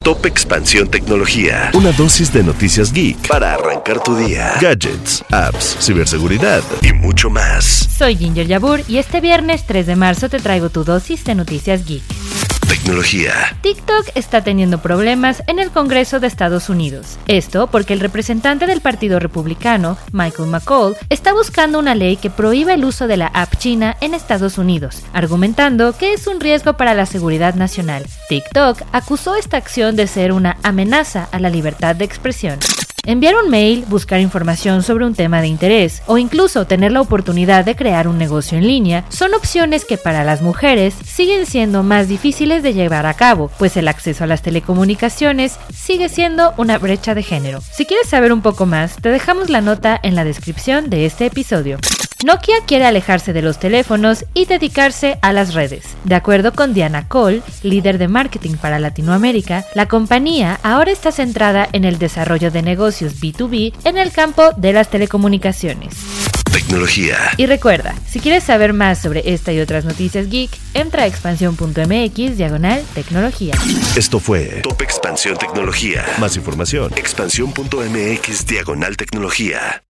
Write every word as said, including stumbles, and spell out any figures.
Top Expansión Tecnología. Una dosis de noticias geek para arrancar tu día. Gadgets, apps, ciberseguridad y mucho más. Soy Ginger Yabur y este viernes tres de marzo te traigo tu dosis de noticias geek. Tecnología. TikTok está teniendo problemas en el Congreso de Estados Unidos. Esto porque el representante del Partido Republicano, Michael McCaul, está buscando una ley que prohíba el uso de la app china en Estados Unidos, argumentando que es un riesgo para la seguridad nacional. TikTok acusó esta acción de ser una amenaza a la libertad de expresión. Enviar un mail, buscar información sobre un tema de interés o incluso tener la oportunidad de crear un negocio en línea son opciones que para las mujeres siguen siendo más difíciles de llevar a cabo, pues el acceso a las telecomunicaciones sigue siendo una brecha de género. Si quieres saber un poco más, te dejamos la nota en la descripción de este episodio. Nokia quiere alejarse de los teléfonos y dedicarse a las redes. De acuerdo con Diana Cole, líder de marketing para Latinoamérica, la compañía ahora está centrada en el desarrollo de negocios B dos B en el campo de las telecomunicaciones. Tecnología. Y recuerda, si quieres saber más sobre esta y otras noticias geek, entra a expansión punto m x diagonal tecnología. Esto fue Top Expansión Tecnología. Más información, expansión punto m x diagonal tecnología.